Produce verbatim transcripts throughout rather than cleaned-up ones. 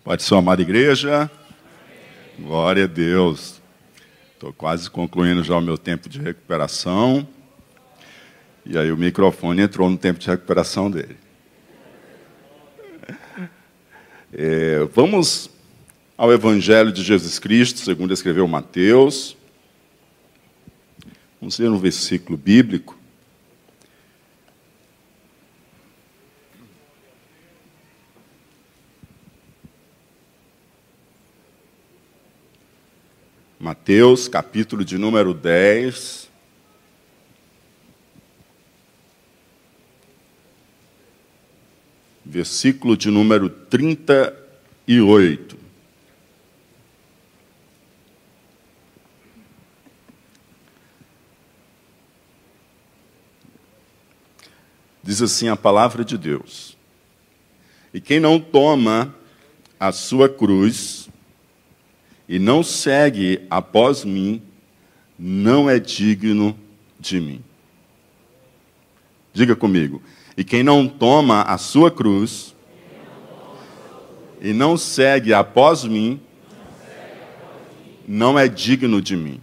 Pode ser, amada igreja? Glória a Deus. Estou quase concluindo já o meu tempo de recuperação. E aí o microfone entrou no tempo de recuperação dele. É, vamos ao Evangelho de Jesus Cristo, segundo escreveu Mateus. Vamos ver no versículo bíblico. Mateus, capítulo de número dez. Versículo de número trinta e oito. Diz assim a palavra de Deus: e quem não toma a sua cruz e não segue após mim, não é digno de mim. Diga comigo. E quem não toma a sua cruz e não segue após mim, não é digno de mim.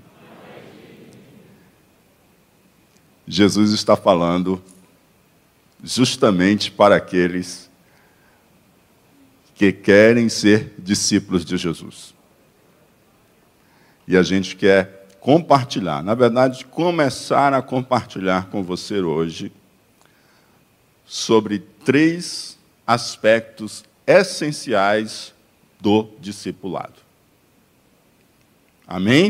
Jesus está falando justamente para aqueles que querem ser discípulos de Jesus. E a gente quer compartilhar, na verdade, começar a compartilhar com você hoje sobre três aspectos essenciais do discipulado. Amém?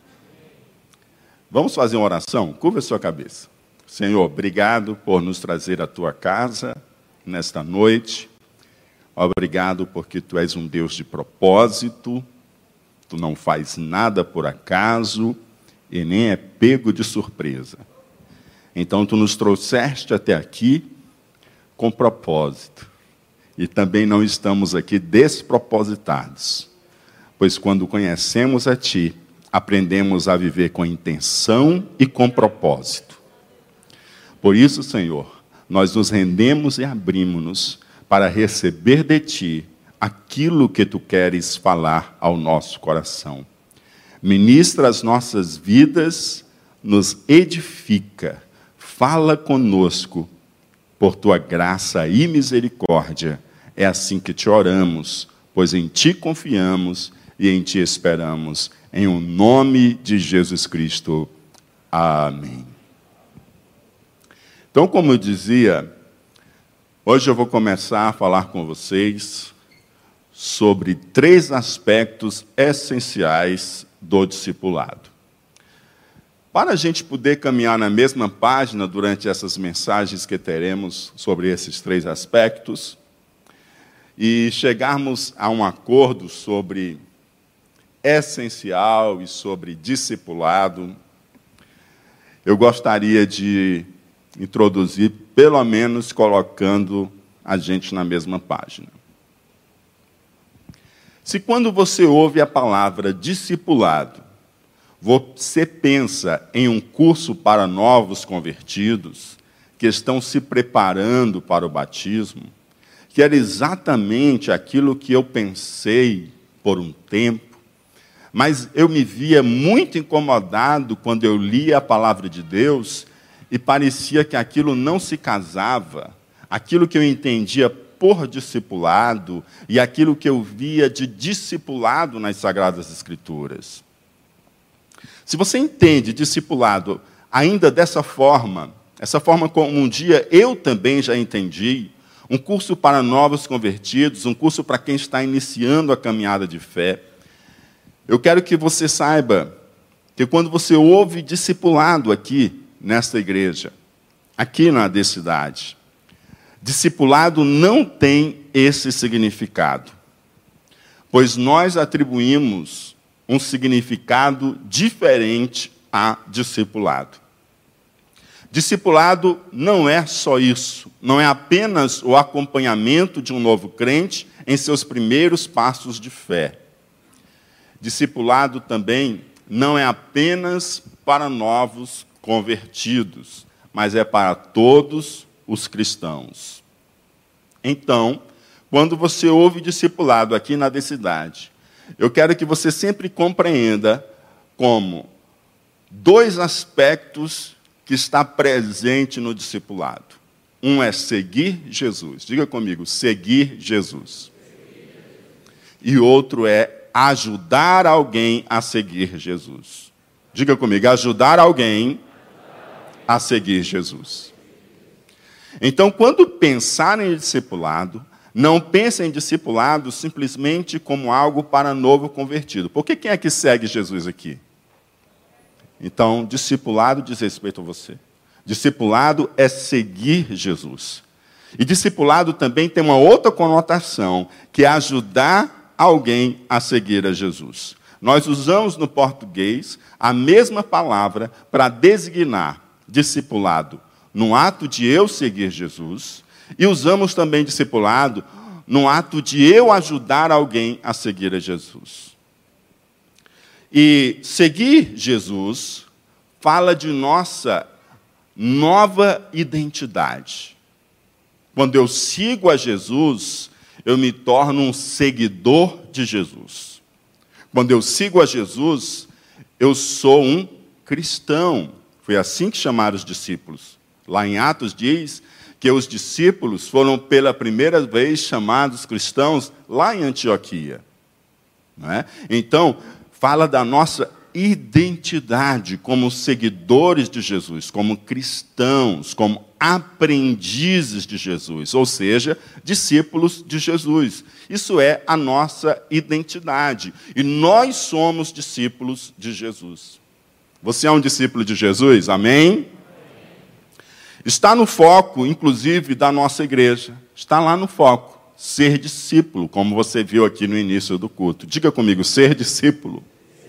Vamos fazer uma oração? Curva a sua cabeça. Senhor, obrigado por nos trazer à tua casa nesta noite. Obrigado porque tu és um Deus de propósito. Tu não faz nada por acaso e nem é pego de surpresa. Então, tu nos trouxeste até aqui com propósito. E também não estamos aqui despropositados. Pois quando conhecemos a ti, aprendemos a viver com intenção e com propósito. Por isso, Senhor, nós nos rendemos e abrimos-nos para receber de ti aquilo que tu queres falar ao nosso coração. Ministra as nossas vidas, nos edifica, fala conosco, por tua graça e misericórdia. É assim que te oramos, pois em ti confiamos e em ti esperamos. Em o nome de Jesus Cristo. Amém. Então, como eu dizia, hoje eu vou começar a falar com vocês sobre três aspectos essenciais do discipulado. Para a gente poder caminhar na mesma página durante essas mensagens que teremos sobre esses três aspectos e chegarmos a um acordo sobre essencial e sobre discipulado, eu gostaria de introduzir, pelo menos colocando a gente na mesma página. Se quando você ouve a palavra discipulado, você pensa em um curso para novos convertidos que estão se preparando para o batismo, que era exatamente aquilo que eu pensei por um tempo, mas eu me via muito incomodado quando eu lia a palavra de Deus e parecia que aquilo não se casava, aquilo que eu entendia por discipulado e aquilo que eu via de discipulado nas Sagradas Escrituras. Se você entende discipulado ainda dessa forma, essa forma como um dia eu também já entendi, um curso para novos convertidos, um curso para quem está iniciando a caminhada de fé, eu quero que você saiba que quando você ouve discipulado aqui nesta igreja, aqui na A D Cidade, discipulado não tem esse significado, pois nós atribuímos um significado diferente a discipulado. Discipulado não é só isso, não é apenas o acompanhamento de um novo crente em seus primeiros passos de fé. Discipulado também não é apenas para novos convertidos, mas é para todos os cristãos. Então, quando você ouve discipulado aqui na Decidade, eu quero que você sempre compreenda como dois aspectos que está presente no discipulado. Um é seguir Jesus. Diga comigo, seguir Jesus. E outro é ajudar alguém a seguir Jesus. Diga comigo, ajudar alguém a seguir Jesus. Então, quando pensar em discipulado, não pense em discipulado simplesmente como algo para novo convertido. Porque quem é que segue Jesus aqui? Então, discipulado diz respeito a você. Discipulado é seguir Jesus. E discipulado também tem uma outra conotação, que é ajudar alguém a seguir a Jesus. Nós usamos no português a mesma palavra para designar discipulado no ato de eu seguir Jesus, e usamos também discipulado no ato de eu ajudar alguém a seguir a Jesus. E seguir Jesus fala de nossa nova identidade. Quando eu sigo a Jesus, eu me torno um seguidor de Jesus. Quando eu sigo a Jesus, eu sou um cristão. Foi assim que chamaram os discípulos. Lá em Atos diz que os discípulos foram pela primeira vez chamados cristãos lá em Antioquia. Não é? Então, fala da nossa identidade como seguidores de Jesus, como cristãos, como aprendizes de Jesus, ou seja, discípulos de Jesus. Isso é a nossa identidade. E nós somos discípulos de Jesus. Você é um discípulo de Jesus? Amém? Está no foco, inclusive, da nossa igreja. Está lá no foco. Ser discípulo, como você viu aqui no início do culto. Diga comigo, ser discípulo.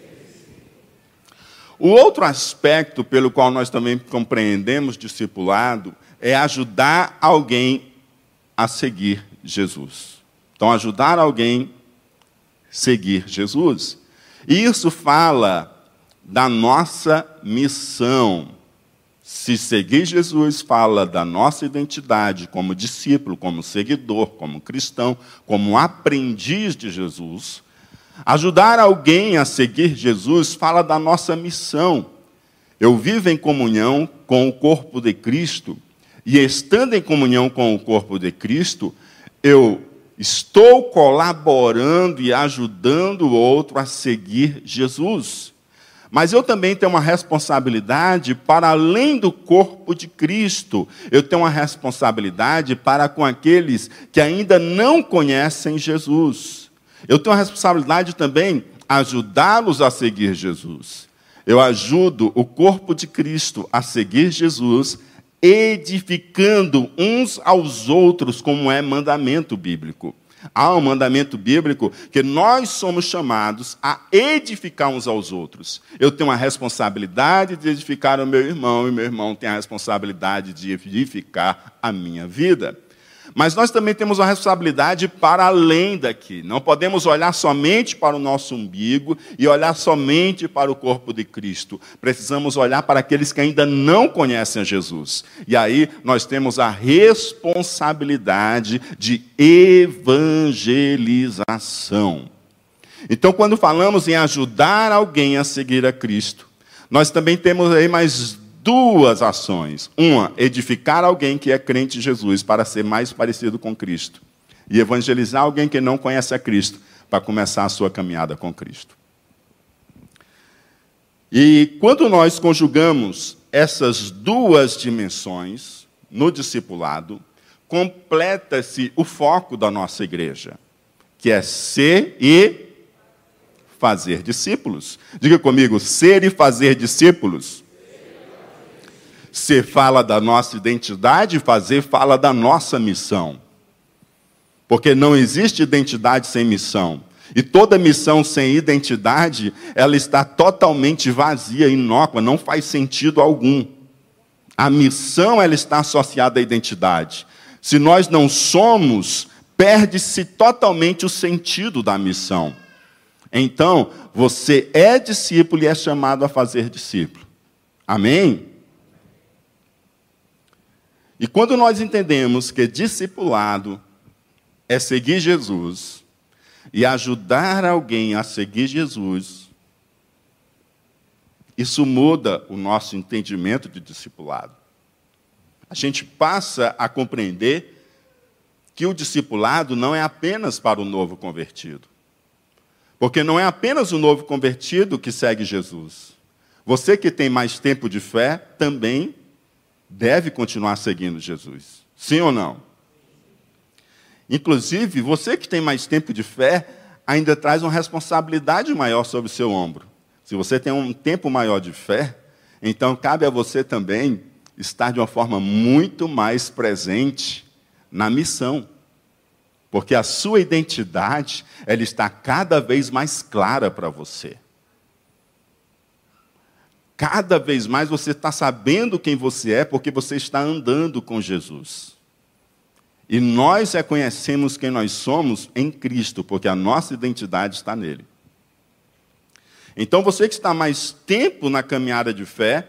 O outro aspecto pelo qual nós também compreendemos discipulado é ajudar alguém a seguir Jesus. Então, ajudar alguém a seguir Jesus. E isso fala da nossa missão. Se seguir Jesus fala da nossa identidade como discípulo, como seguidor, como cristão, como aprendiz de Jesus. Ajudar alguém a seguir Jesus fala da nossa missão. Eu vivo em comunhão com o corpo de Cristo, e estando em comunhão com o corpo de Cristo, eu estou colaborando e ajudando o outro a seguir Jesus. Mas eu também tenho uma responsabilidade para além do corpo de Cristo. Eu tenho uma responsabilidade para com aqueles que ainda não conhecem Jesus. Eu tenho a responsabilidade também ajudá-los a seguir Jesus. Eu ajudo o corpo de Cristo a seguir Jesus, edificando uns aos outros, como é mandamento bíblico. Há um mandamento bíblico que nós somos chamados a edificar uns aos outros. Eu tenho a responsabilidade de edificar o meu irmão, e meu irmão tem a responsabilidade de edificar a minha vida. Mas nós também temos uma responsabilidade para além daqui. Não podemos olhar somente para o nosso umbigo e olhar somente para o corpo de Cristo. Precisamos olhar para aqueles que ainda não conhecem a Jesus. E aí nós temos a responsabilidade de evangelização. Então, quando falamos em ajudar alguém a seguir a Cristo, nós também temos aí mais duas ações. Uma, edificar alguém que é crente em Jesus para ser mais parecido com Cristo. E evangelizar alguém que não conhece a Cristo para começar a sua caminhada com Cristo. E quando nós conjugamos essas duas dimensões no discipulado, completa-se o foco da nossa igreja, que é ser e fazer discípulos. Diga comigo, ser e fazer discípulos. Ser fala da nossa identidade, fazer fala da nossa missão. Porque não existe identidade sem missão. E toda missão sem identidade, ela está totalmente vazia, inócua, não faz sentido algum. A missão, ela está associada à identidade. Se nós não somos, perde-se totalmente o sentido da missão. Então, você é discípulo e é chamado a fazer discípulo. Amém? E quando nós entendemos que discipulado é seguir Jesus e ajudar alguém a seguir Jesus, isso muda o nosso entendimento de discipulado. A gente passa a compreender que o discipulado não é apenas para o novo convertido. Porque não é apenas o novo convertido que segue Jesus. Você que tem mais tempo de fé também deve continuar seguindo Jesus. Sim ou não? Inclusive, você que tem mais tempo de fé ainda traz uma responsabilidade maior sobre o seu ombro. Se você tem um tempo maior de fé, então cabe a você também estar de uma forma muito mais presente na missão. Porque a sua identidade, ela está cada vez mais clara para você. Cada vez mais você está sabendo quem você é, porque você está andando com Jesus. E nós reconhecemos quem nós somos em Cristo, porque a nossa identidade está nele. Então, você que está mais tempo na caminhada de fé,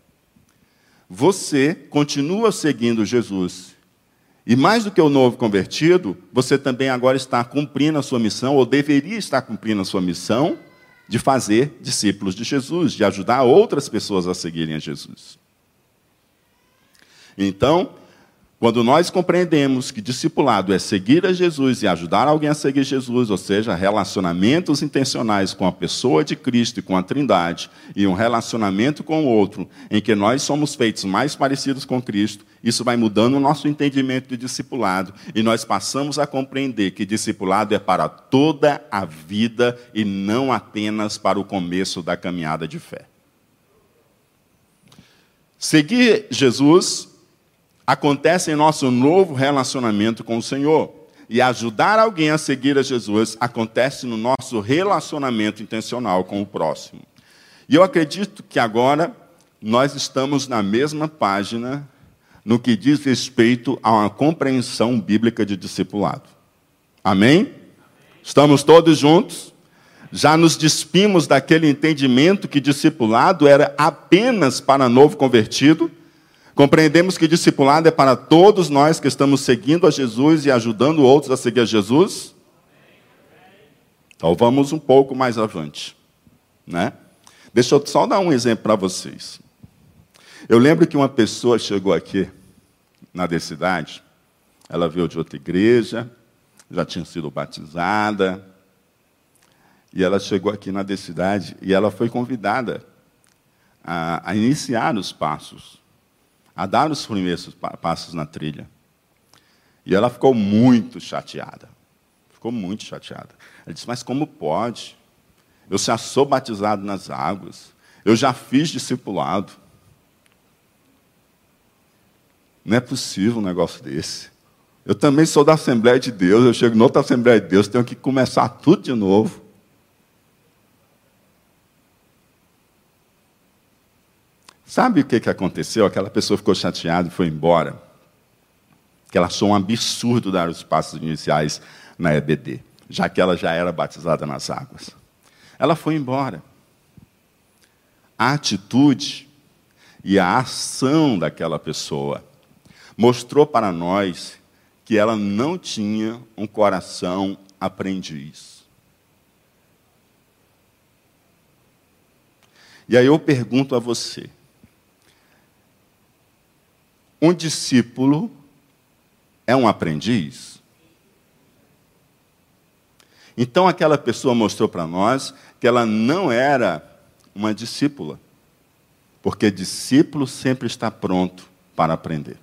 você continua seguindo Jesus. E mais do que o novo convertido, você também agora está cumprindo a sua missão, ou deveria estar cumprindo a sua missão, de fazer discípulos de Jesus, de ajudar outras pessoas a seguirem a Jesus. Então, quando nós compreendemos que discipulado é seguir a Jesus e ajudar alguém a seguir Jesus, ou seja, relacionamentos intencionais com a pessoa de Cristo e com a Trindade, e um relacionamento com o outro, em que nós somos feitos mais parecidos com Cristo, isso vai mudando o nosso entendimento de discipulado, e nós passamos a compreender que discipulado é para toda a vida e não apenas para o começo da caminhada de fé. Seguir Jesus acontece em nosso novo relacionamento com o Senhor. E ajudar alguém a seguir a Jesus acontece no nosso relacionamento intencional com o próximo. E eu acredito que agora nós estamos na mesma página no que diz respeito a uma compreensão bíblica de discipulado. Amém? Estamos todos juntos? Já nos despimos daquele entendimento que discipulado era apenas para novo convertido. Compreendemos que discipulado é para todos nós que estamos seguindo a Jesus e ajudando outros a seguir a Jesus? Então vamos um pouco mais avante, né? Deixa eu só dar um exemplo para vocês. Eu lembro que uma pessoa chegou aqui na Decidade, ela veio de outra igreja, já tinha sido batizada, e ela chegou aqui na Decidade e ela foi convidada a, a iniciar os passos, a dar os primeiros passos na trilha. E ela ficou muito chateada. Ficou muito chateada. Ela disse, mas como pode? Eu já sou batizado nas águas. Eu já fiz discipulado. Não é possível um negócio desse. Eu também sou da Assembleia de Deus. Eu chego em outra Assembleia de Deus, tenho que começar tudo de novo. Sabe o que que aconteceu? Aquela pessoa ficou chateada e foi embora. Que ela achou um absurdo dar os passos iniciais na E B D, já que ela já era batizada nas águas. Ela foi embora. A atitude e a ação daquela pessoa mostrou para nós que ela não tinha um coração aprendiz. E aí eu pergunto a você, um discípulo é um aprendiz? Então aquela pessoa mostrou para nós que ela não era uma discípula, porque discípulo sempre está pronto para aprender.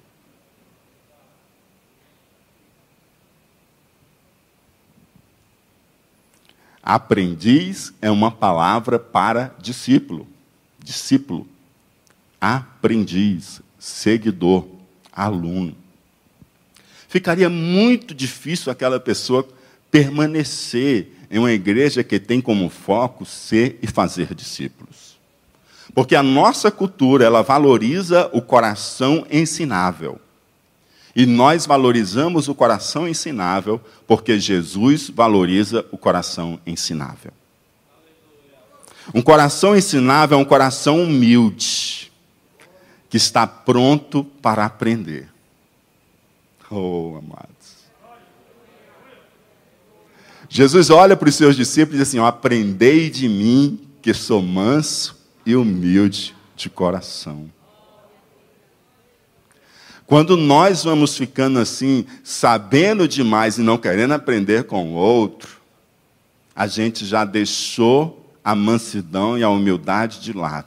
Aprendiz é uma palavra para discípulo. Discípulo. Aprendiz. Seguidor. Aluno. Ficaria muito difícil aquela pessoa permanecer em uma igreja que tem como foco ser e fazer discípulos. Porque a nossa cultura, ela valoriza o coração ensinável. E nós valorizamos o coração ensinável porque Jesus valoriza o coração ensinável. Um coração ensinável é um coração humilde, que está pronto para aprender. Oh, amados. Jesus olha para os seus discípulos e diz assim: ó, aprendei de mim, que sou manso e humilde de coração. Quando nós vamos ficando assim, sabendo demais e não querendo aprender com o outro, a gente já deixou a mansidão e a humildade de lado.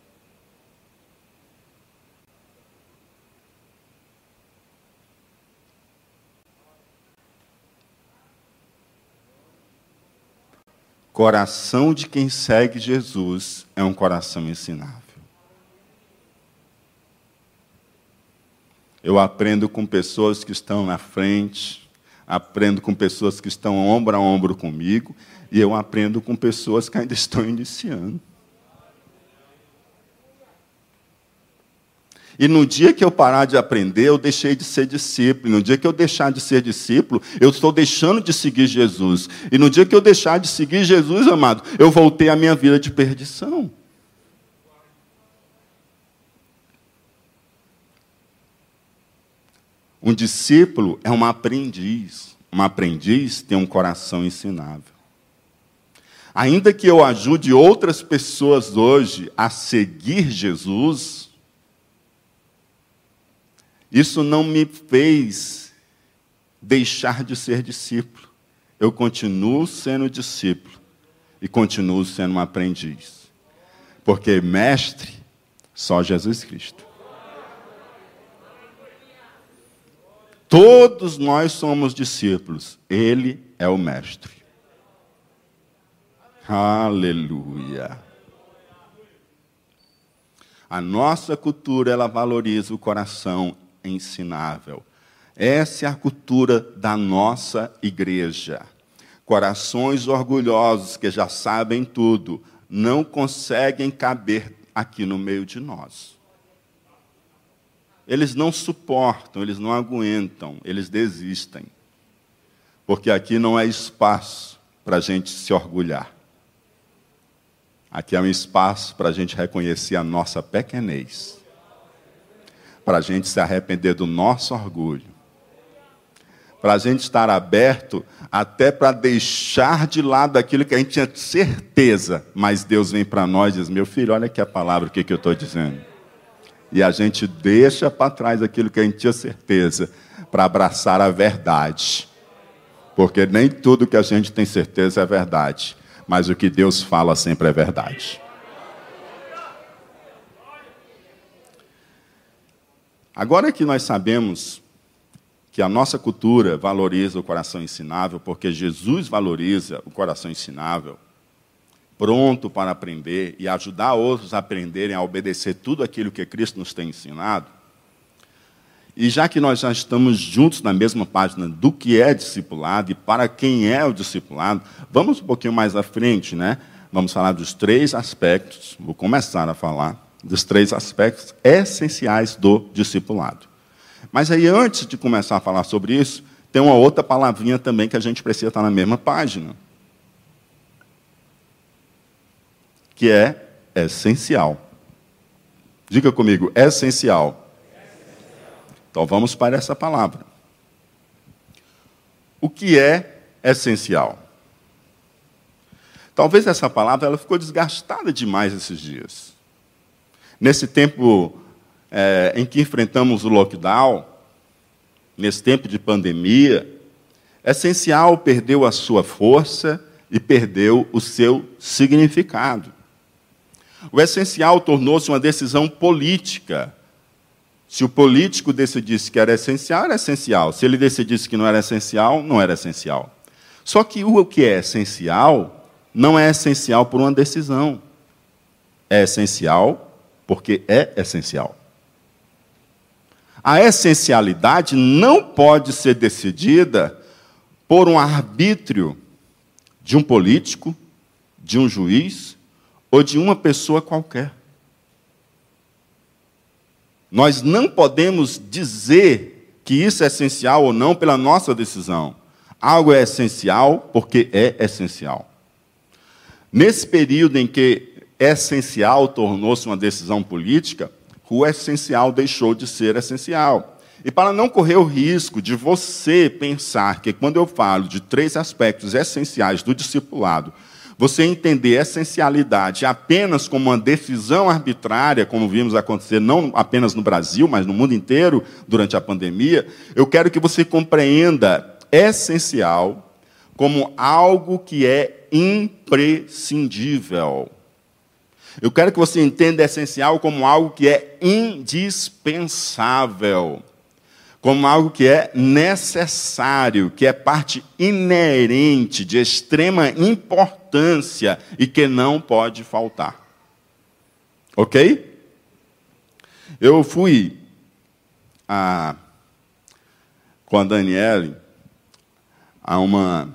Coração de quem segue Jesus é um coração ensinável. Eu aprendo com pessoas que estão na frente, aprendo com pessoas que estão ombro a ombro comigo, e eu aprendo com pessoas que ainda estão iniciando. E no dia que eu parar de aprender, eu deixei de ser discípulo. No dia que eu deixar de ser discípulo, eu estou deixando de seguir Jesus. E no dia que eu deixar de seguir Jesus, amado, eu voltei à minha vida de perdição. Um discípulo é um aprendiz. Um aprendiz tem um coração ensinável. Ainda que eu ajude outras pessoas hoje a seguir Jesus, isso não me fez deixar de ser discípulo. Eu continuo sendo discípulo e continuo sendo um aprendiz. Porque mestre, só Jesus Cristo. Todos nós somos discípulos. Ele é o mestre. Aleluia. A nossa cultura, ela valoriza o coração ensinável. Essa é a cultura da nossa igreja. Corações orgulhosos que já sabem tudo, não conseguem caber aqui no meio de nós. Eles não suportam, eles não aguentam, eles desistem. Porque aqui não é espaço para a gente se orgulhar. Aqui é um espaço para a gente reconhecer a nossa pequenez. Para a gente se arrepender do nosso orgulho. Para a gente estar aberto até para deixar de lado aquilo que a gente tinha certeza. Mas Deus vem para nós e diz: meu filho, olha aqui a palavra, o que, que eu estou dizendo. E a gente deixa para trás aquilo que a gente tinha certeza, para abraçar a verdade. Porque nem tudo que a gente tem certeza é verdade, mas o que Deus fala sempre é verdade. Agora que nós sabemos que a nossa cultura valoriza o coração ensinável, porque Jesus valoriza o coração ensinável, pronto para aprender e ajudar outros a aprenderem a obedecer tudo aquilo que Cristo nos tem ensinado. E já que nós já estamos juntos na mesma página do que é discipulado e para quem é o discipulado, vamos um pouquinho mais à frente, né? Vamos falar dos três aspectos, vou começar a falar dos três aspectos essenciais do discipulado. Mas aí, antes de começar a falar sobre isso, tem uma outra palavrinha também que a gente precisa estar na mesma página. Que é essencial. Diga comigo, essencial. Então vamos para essa palavra. O que é essencial? Talvez essa palavra ela ficou desgastada demais esses dias. Nesse tempo é, em que enfrentamos o lockdown, nesse tempo de pandemia, essencial perdeu a sua força e perdeu o seu significado. O essencial tornou-se uma decisão política. Se o político decidisse que era essencial, era essencial. Se ele decidisse que não era essencial, não era essencial. Só que o que é essencial não é essencial por uma decisão. É essencial porque é essencial. A essencialidade não pode ser decidida por um arbítrio de um político, de um juiz, ou de uma pessoa qualquer. Nós não podemos dizer que isso é essencial ou não pela nossa decisão. Algo é essencial porque é essencial. Nesse período em que essencial tornou-se uma decisão política, o essencial deixou de ser essencial. E para não correr o risco de você pensar que quando eu falo de três aspectos essenciais do discipulado, você entender a essencialidade apenas como uma decisão arbitrária, como vimos acontecer não apenas no Brasil, mas no mundo inteiro durante a pandemia, eu quero que você compreenda essencial como algo que é imprescindível. Eu quero que você entenda essencial como algo que é indispensável, como algo que é necessário, que é parte inerente, de extrema importância e que não pode faltar. Ok? Eu fui a, com a Daniele a uma,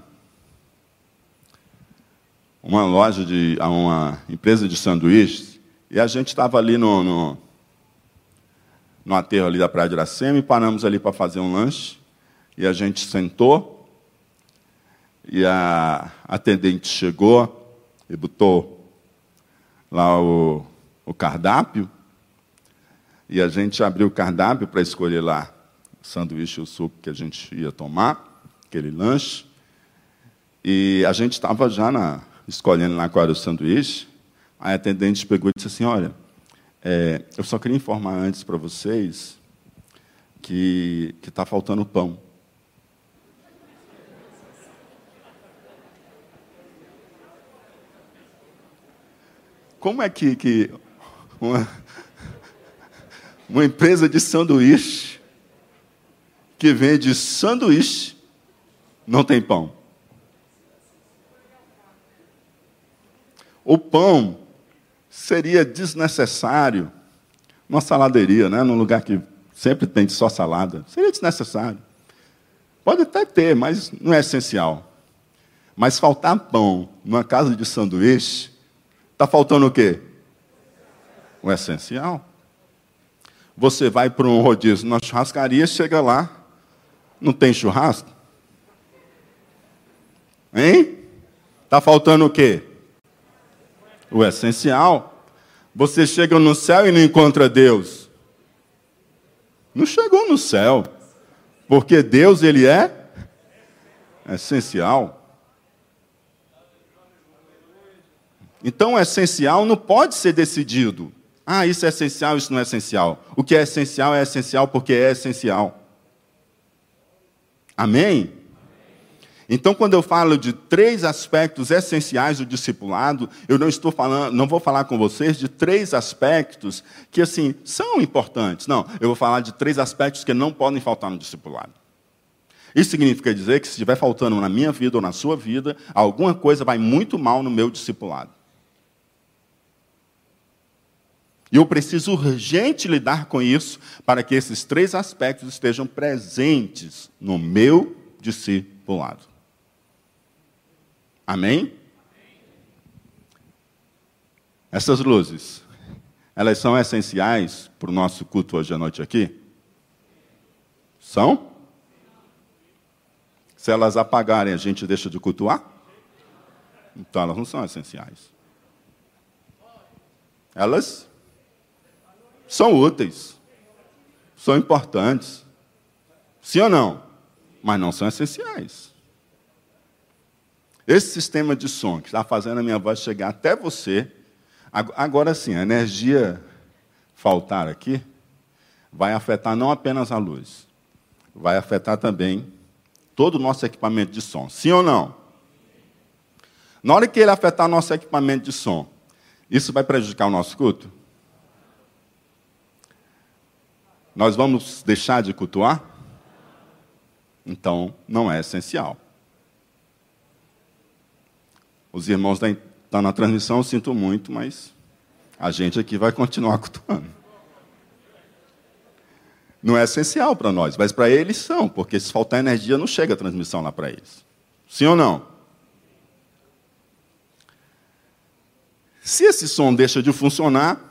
uma loja, de, a uma empresa de sanduíches, e a gente estava ali no... no no aterro ali da Praia de Iracema, e paramos ali para fazer um lanche, e a gente sentou, e a atendente chegou e botou lá o, o cardápio, e a gente abriu o cardápio para escolher lá o sanduíche e o suco que a gente ia tomar, aquele lanche, e a gente estava já na, escolhendo lá qual era o sanduíche, a atendente pegou e disse assim, olha, É, eu só queria informar antes para vocês que está faltando pão. Como é que, que uma, uma empresa de sanduíche que vende sanduíche não tem pão? O pão seria desnecessário numa saladeria, né? Num lugar que sempre tem só salada. Seria desnecessário. Pode até ter, mas não é essencial. Mas faltar pão numa casa de sanduíche, está faltando o quê? O essencial. Você vai para um rodízio numa churrascaria, chega lá, não tem churrasco? Hein? Está faltando o quê? O essencial. Você chega no céu e não encontra Deus. Não chegou no céu. Porque Deus, Ele é essencial. Então, o essencial não pode ser decidido. Ah, isso é essencial, isso não é essencial. O que é essencial é essencial porque é essencial. Amém? Então, quando eu falo de três aspectos essenciais do discipulado, eu não estou falando, não vou falar com vocês de três aspectos que assim são importantes. Não, eu vou falar de três aspectos que não podem faltar no discipulado. Isso significa dizer que se estiver faltando na minha vida ou na sua vida, alguma coisa vai muito mal no meu discipulado. E eu preciso urgente lidar com isso para que esses três aspectos estejam presentes no meu discipulado. Amém? Essas luzes, elas são essenciais para o nosso culto hoje à noite aqui? São? Se elas apagarem, a gente deixa de cultuar? Então elas não são essenciais. Elas são úteis, são importantes. Sim ou não? Mas não são essenciais. Esse sistema de som que está fazendo a minha voz chegar até você, agora sim, a energia faltar aqui, vai afetar não apenas a luz, vai afetar também todo o nosso equipamento de som. Sim ou não? Na hora que ele afetar nosso equipamento de som, isso vai prejudicar o nosso culto? Nós vamos deixar de cultuar? Então, não é essencial. Os irmãos da estão na transmissão, eu sinto muito, mas a gente aqui vai continuar cultuando. Não é essencial para nós, mas para eles são, porque se faltar energia, não chega a transmissão lá para eles. Sim ou não? Se esse som deixa de funcionar,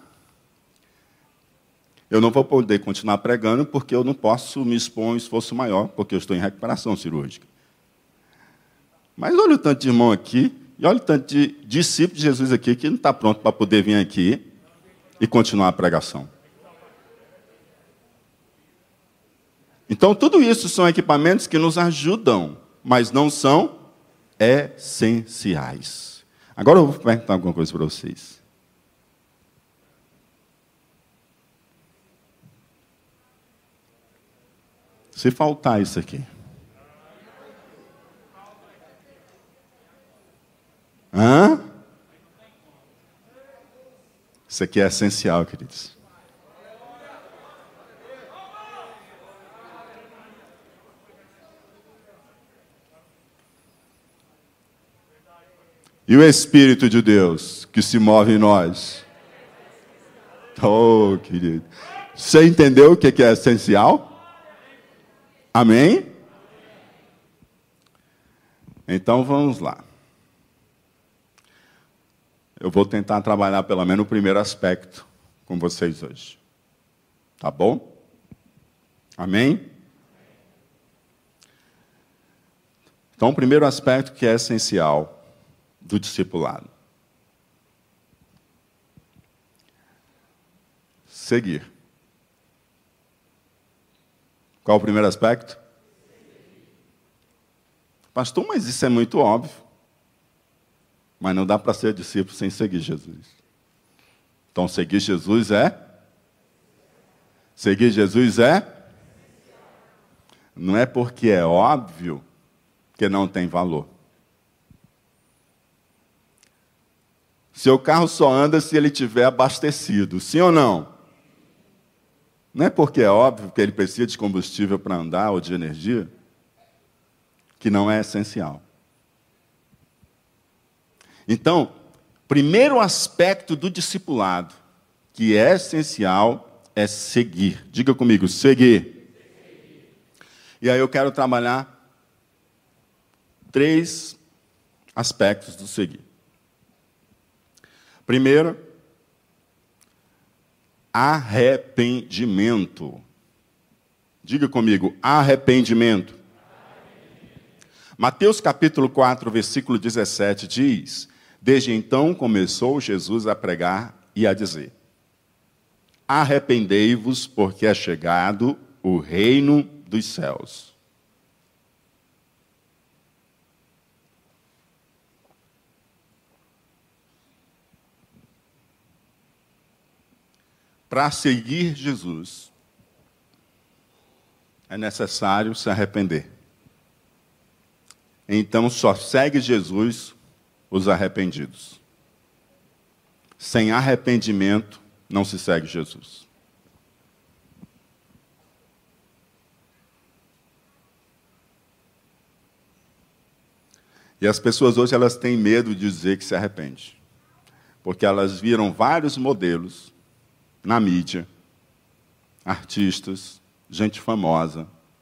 eu não vou poder continuar pregando, porque eu não posso me expor a um esforço maior, porque eu estou em recuperação cirúrgica. Mas olha o tanto de irmão aqui, e olha o tanto de discípulo de Jesus aqui, que não está pronto para poder vir aqui e continuar a pregação. Então, tudo isso são equipamentos que nos ajudam, mas não são essenciais. Agora eu vou perguntar alguma coisa para vocês. Se faltar isso aqui. Hã? Isso aqui é essencial, queridos. E o Espírito de Deus que se move em nós? Oh, querido. Você entendeu o que é essencial? Amém? Então vamos lá. Eu vou tentar trabalhar pelo menos o primeiro aspecto com vocês hoje. Tá bom? Amém? Então, o primeiro aspecto que é essencial do discipulado. Seguir. Qual o primeiro aspecto? Pastor, mas isso é muito óbvio. Mas não dá para ser discípulo sem seguir Jesus. Então, seguir Jesus é? Seguir Jesus é? Não é porque é óbvio que não tem valor. Seu carro só anda se ele estiver abastecido, sim ou não? Não é porque é óbvio que ele precisa de combustível para andar ou de energia, que não é essencial. Então, primeiro aspecto do discipulado, que é essencial, é seguir. Diga comigo, seguir. E aí eu quero trabalhar três aspectos do seguir. Primeiro, arrependimento. Diga comigo, arrependimento. Mateus capítulo quatro, versículo dezessete diz: desde então começou Jesus a pregar e a dizer: arrependei-vos, porque é chegado o reino dos céus. Para seguir Jesus, é necessário se arrepender. Então, só segue Jesus os arrependidos. Sem arrependimento, não se segue Jesus. E as pessoas hoje, elas têm medo de dizer que se arrepende. Porque elas viram vários modelos na mídia, artistas, gente famosa.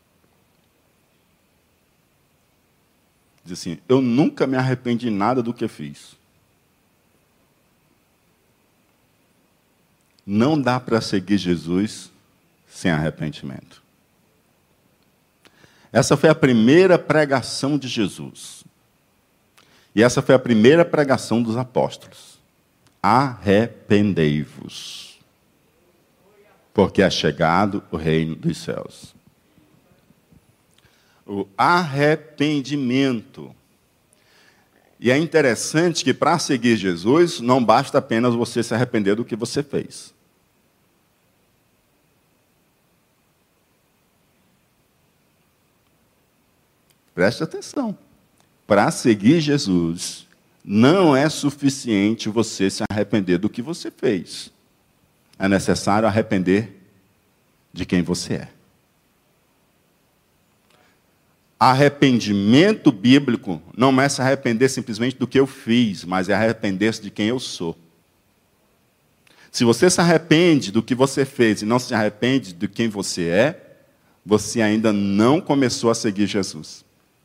Diz assim, eu nunca me arrependi de nada do que fiz. Não dá para seguir Jesus sem arrependimento. Essa foi a primeira pregação de Jesus. E essa foi a primeira pregação dos apóstolos. Arrependei-vos, porque é chegado o reino dos céus. O arrependimento. E é interessante que para seguir Jesus, não basta apenas você se arrepender do que você fez. Preste atenção. Para seguir Jesus, não é suficiente você se arrepender do que você fez. É necessário arrepender de quem você é. Arrependimento bíblico não é se arrepender simplesmente do que eu fiz, mas é arrepender-se de quem eu sou. Se você se arrepende do que você fez e não se arrepende de quem você é, você ainda não começou a seguir Jesus.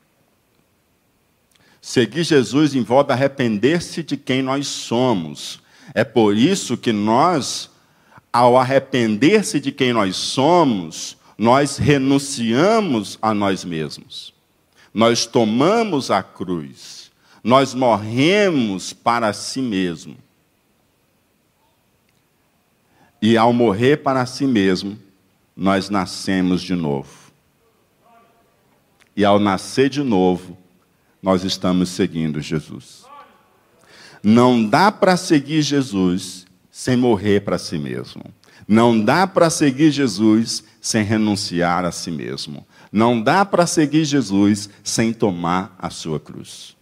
Seguir Jesus envolve arrepender-se de quem nós somos. É por isso que nós, ao arrepender-se de quem nós somos, nós renunciamos a nós mesmos. Nós tomamos a cruz. Nós morremos para si mesmo. E ao morrer para si mesmo, nós nascemos de novo. e ao nascer de novo, nós estamos seguindo Jesus. Não dá para seguir Jesus sem morrer para si mesmo. Não dá para seguir Jesus sem renunciar a si mesmo. Não dá para seguir Jesus sem tomar a sua cruz.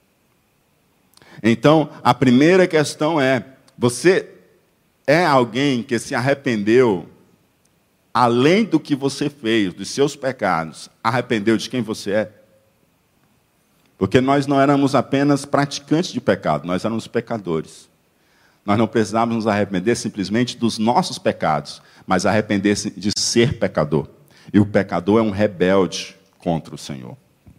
Então, a primeira questão é, você é alguém que se arrependeu, além do que você fez, dos seus pecados, arrependeu de quem você é? Porque nós não éramos apenas praticantes de pecado, nós éramos pecadores. Nós não precisávamos nos arrepender simplesmente dos nossos pecados, mas arrepender de ser pecador. E o pecador é um rebelde contra o Senhor.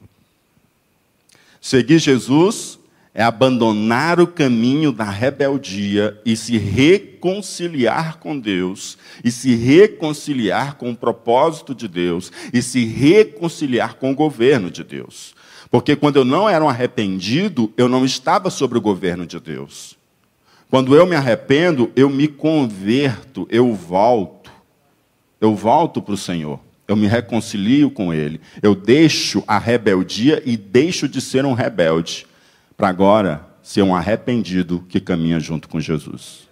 Seguir Jesus é abandonar o caminho da rebeldia e se reconciliar com Deus, e se reconciliar com o propósito de Deus, e se reconciliar com o governo de Deus. Porque quando eu não era um arrependido, eu não estava sobre o governo de Deus. Quando eu me arrependo, eu me converto, eu volto. Eu volto para o Senhor. Eu me reconcilio com Ele. Eu deixo a rebeldia e deixo de ser um rebelde, para agora ser um arrependido que caminha junto com Jesus.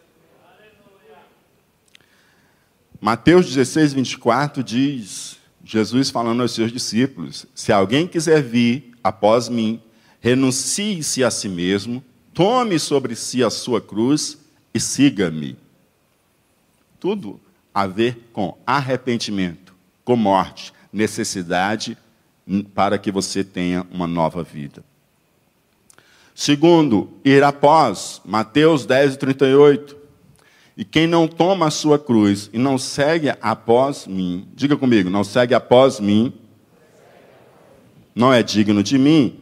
Mateus dezesseis, vinte e quatro diz, Jesus falando aos seus discípulos, se alguém quiser vir após mim, renuncie-se a si mesmo, tome sobre si a sua cruz e siga-me. Tudo a ver com arrependimento, com morte, necessidade para que você tenha uma nova vida. Segundo, ir após, Mateus dez, trinta e oito. E quem não toma a sua cruz e não segue após mim, diga comigo, não segue após mim, não é digno de mim.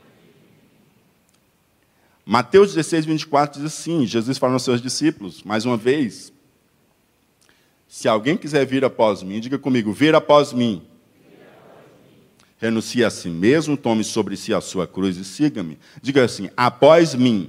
Mateus dezesseis, vinte e quatro diz assim, Jesus falando aos seus discípulos, mais uma vez, se alguém quiser vir após mim, diga comigo, vir após mim. Renuncie a si mesmo, tome sobre si a sua cruz e siga-me. Diga assim, após mim.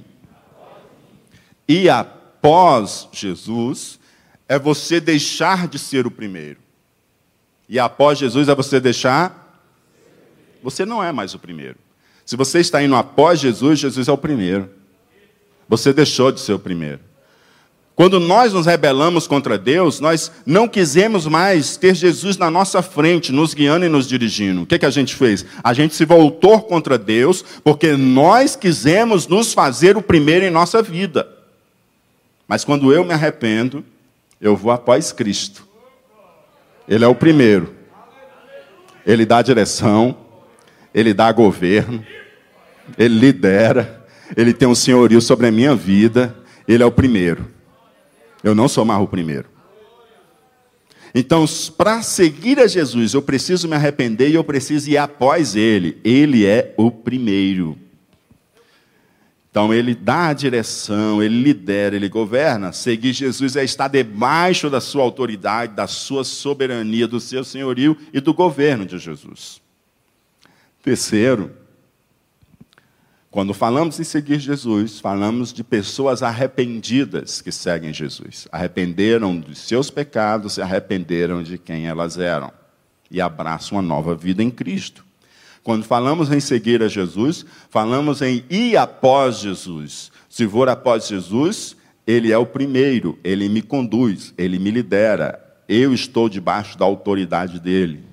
E após Jesus, é você deixar de ser o primeiro. E após Jesus é você deixar... Você não é mais o primeiro. Se você está indo após Jesus, Jesus é o primeiro. Você deixou de ser o primeiro. Quando nós nos rebelamos contra Deus, nós não quisemos mais ter Jesus na nossa frente, nos guiando e nos dirigindo. O que, que a gente fez? A gente se voltou contra Deus, porque nós quisemos nos fazer o primeiro em nossa vida. Mas quando eu me arrependo, eu vou após Cristo. Ele é o primeiro. Ele dá direção, Ele dá governo, Ele lidera, Ele tem um senhorio sobre a minha vida, Ele é o primeiro. Eu não sou mais o primeiro. Então, para seguir a Jesus, eu preciso me arrepender e eu preciso ir após Ele. Ele é o primeiro. Então, Ele dá a direção, Ele lidera, Ele governa. Seguir Jesus é estar debaixo da sua autoridade, da sua soberania, do seu senhorio e do governo de Jesus. Terceiro, quando falamos em seguir Jesus, falamos de pessoas arrependidas que seguem Jesus. Arrependeram dos seus pecados, se arrependeram de quem elas eram. E abraçam uma nova vida em Cristo. Quando falamos em seguir a Jesus, falamos em ir após Jesus. Se for após Jesus, Ele é o primeiro, Ele me conduz, Ele me lidera. Eu estou debaixo da autoridade dEle.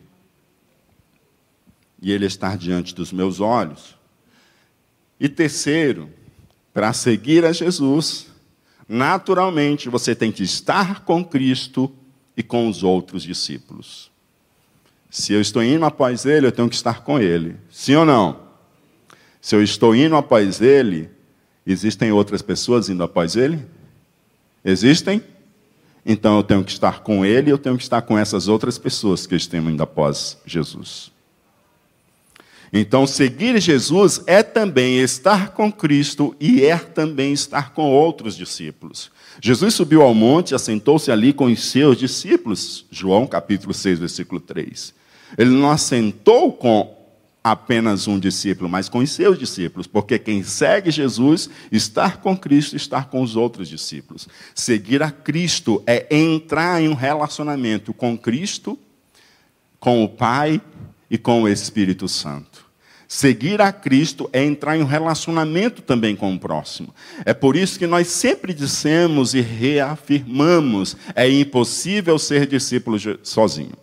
E Ele está diante dos meus olhos. E terceiro, para seguir a Jesus, naturalmente você tem que estar com Cristo e com os outros discípulos. Se eu estou indo após Ele, eu tenho que estar com Ele. Sim ou não? Se eu estou indo após Ele, existem outras pessoas indo após Ele? Existem? Então eu tenho que estar com Ele e eu tenho que estar com essas outras pessoas que estão indo após Jesus. Então, seguir Jesus é também estar com Cristo e é também estar com outros discípulos. Jesus subiu ao monte e assentou-se ali com os seus discípulos. João, capítulo seis, versículo três. Ele não assentou com apenas um discípulo, mas com os seus discípulos. Porque quem segue Jesus, estar com Cristo, estar com os outros discípulos. Seguir a Cristo é entrar em um relacionamento com Cristo, com o Pai e com o Espírito Santo. Seguir a Cristo é entrar em um relacionamento também com o próximo. É por isso que nós sempre dissemos e reafirmamos: é impossível ser discípulo sozinho.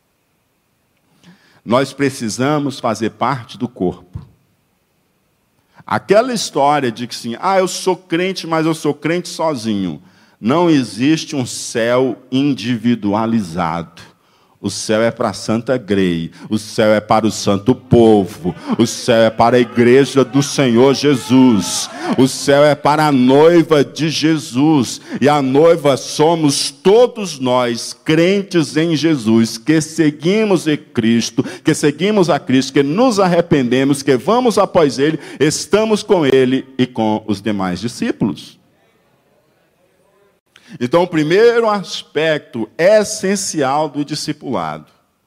Nós precisamos fazer parte do corpo. Aquela história de que sim, ah, eu sou crente, mas eu sou crente sozinho. Não existe um céu individualizado. O céu é para a Santa Grey, o céu é para o santo povo, o céu é para a igreja do Senhor Jesus, o céu é para a noiva de Jesus, e a noiva somos todos nós, crentes em Jesus, que seguimos em Cristo, que seguimos a Cristo, que nos arrependemos, que vamos após Ele, estamos com Ele e com os demais discípulos. Então, o primeiro aspecto essencial do discipulado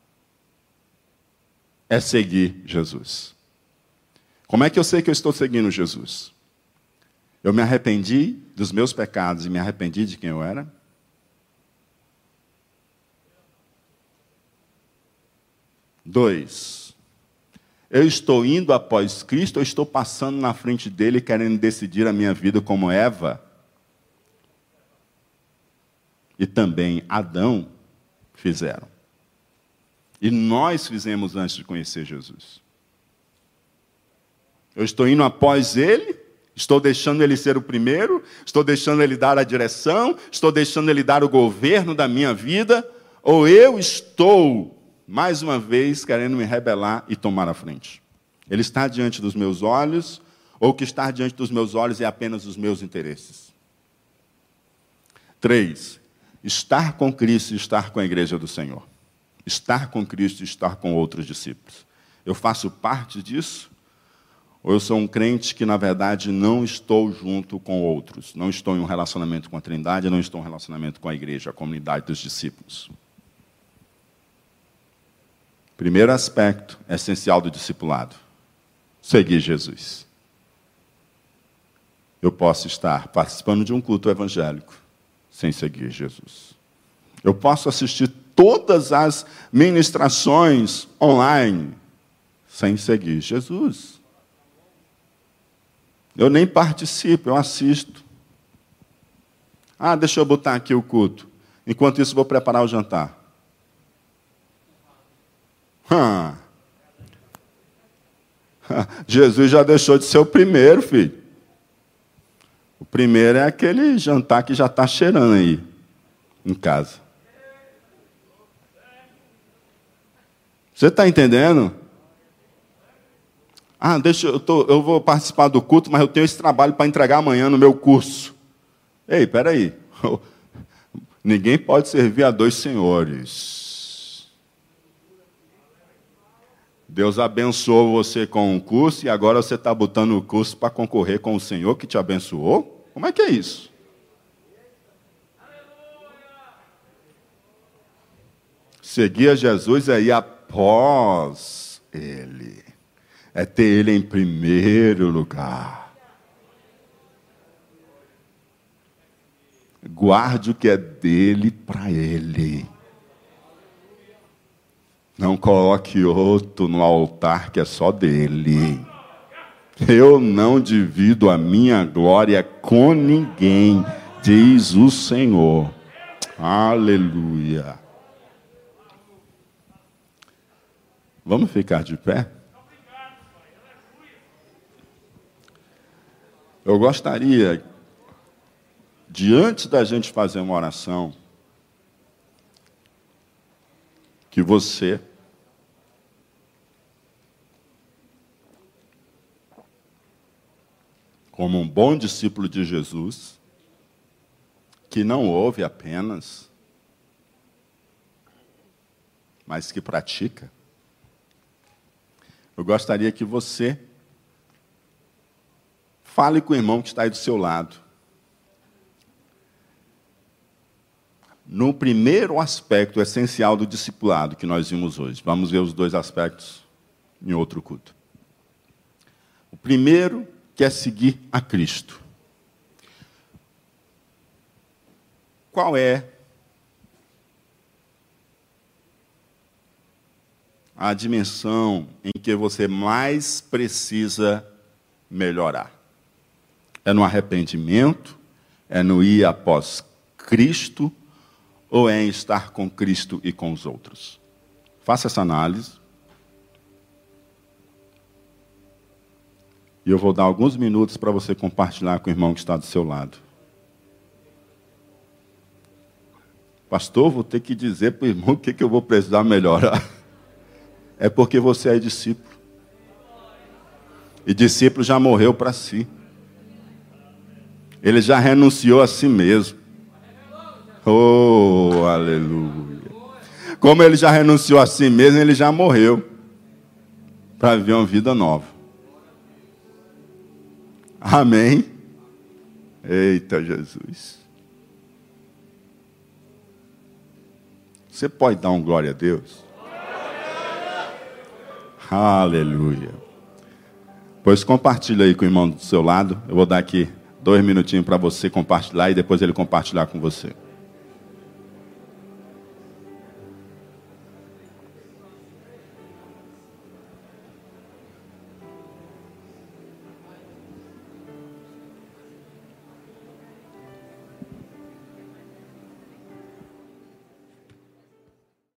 é seguir Jesus. Como é que eu sei que eu estou seguindo Jesus? Eu me arrependi dos meus pecados e me arrependi de quem eu era? Dois, eu estou indo após Cristo ou estou passando na frente dele querendo decidir a minha vida como Eva? E também Adão fizeram. E nós fizemos antes de conhecer Jesus. Eu estou indo após ele, estou deixando ele ser o primeiro, estou deixando ele dar a direção, estou deixando ele dar o governo da minha vida, ou eu estou, mais uma vez, querendo me rebelar e tomar a frente. Ele está diante dos meus olhos, ou o que está diante dos meus olhos é apenas os meus interesses. Três, estar com Cristo e estar com a igreja do Senhor. Estar com Cristo e estar com outros discípulos. Eu faço parte disso? Ou eu sou um crente que, na verdade, não estou junto com outros? Não estou em um relacionamento com a Trindade, não estou em um relacionamento com a igreja, a comunidade dos discípulos. Primeiro aspecto essencial do discipulado: seguir Jesus. Eu posso estar participando de um culto evangélico sem seguir Jesus. Eu posso assistir todas as ministrações online sem seguir Jesus. Eu nem participo, eu assisto. Ah, deixa eu botar aqui o culto. Enquanto isso, vou preparar o jantar. Hum. Jesus já deixou de ser o primeiro, filho. O primeiro é aquele jantar que já está cheirando aí, em casa. Você está entendendo? Ah, deixa eu, tô, eu vou participar do culto, mas eu tenho esse trabalho para entregar amanhã no meu curso. Ei, peraí. Ninguém pode servir a dois senhores. Deus abençoou você com um curso e agora você está botando o curso para concorrer com o Senhor que te abençoou? Como é que é isso? Seguir a Jesus é ir após Ele. É ter Ele em primeiro lugar. Guarde o que é dele para Ele. Não coloque outro no altar que é só dele. Eu não divido a minha glória com ninguém, diz o Senhor. Aleluia. Vamos ficar de pé? Eu gostaria, diante da gente fazer uma oração, que você como um bom discípulo de Jesus, que não ouve apenas, mas que pratica, eu gostaria que você fale com o irmão que está aí do seu lado. No primeiro aspecto essencial do discipulado que nós vimos hoje, vamos ver os dois aspectos em outro culto. O primeiro que é seguir a Cristo. Qual é a dimensão em que você mais precisa melhorar. É no arrependimento? É no ir após Cristo? Ou é em estar com Cristo e com os outros? Faça essa análise. E eu vou dar alguns minutos para você compartilhar com o irmão que está do seu lado. Pastor, vou ter que dizer para o irmão o que, que eu vou precisar melhorar. É porque você é discípulo. E discípulo já morreu para si. Ele já renunciou a si mesmo. Oh, aleluia. Como ele já renunciou a si mesmo, ele já morreu. Para viver uma vida nova. Amém? Eita, Jesus. Você pode dar um glória a Deus? Aleluia. Pois compartilha aí com o irmão do seu lado. Eu vou dar aqui dois minutinhos para você compartilhar e depois ele compartilhar com você.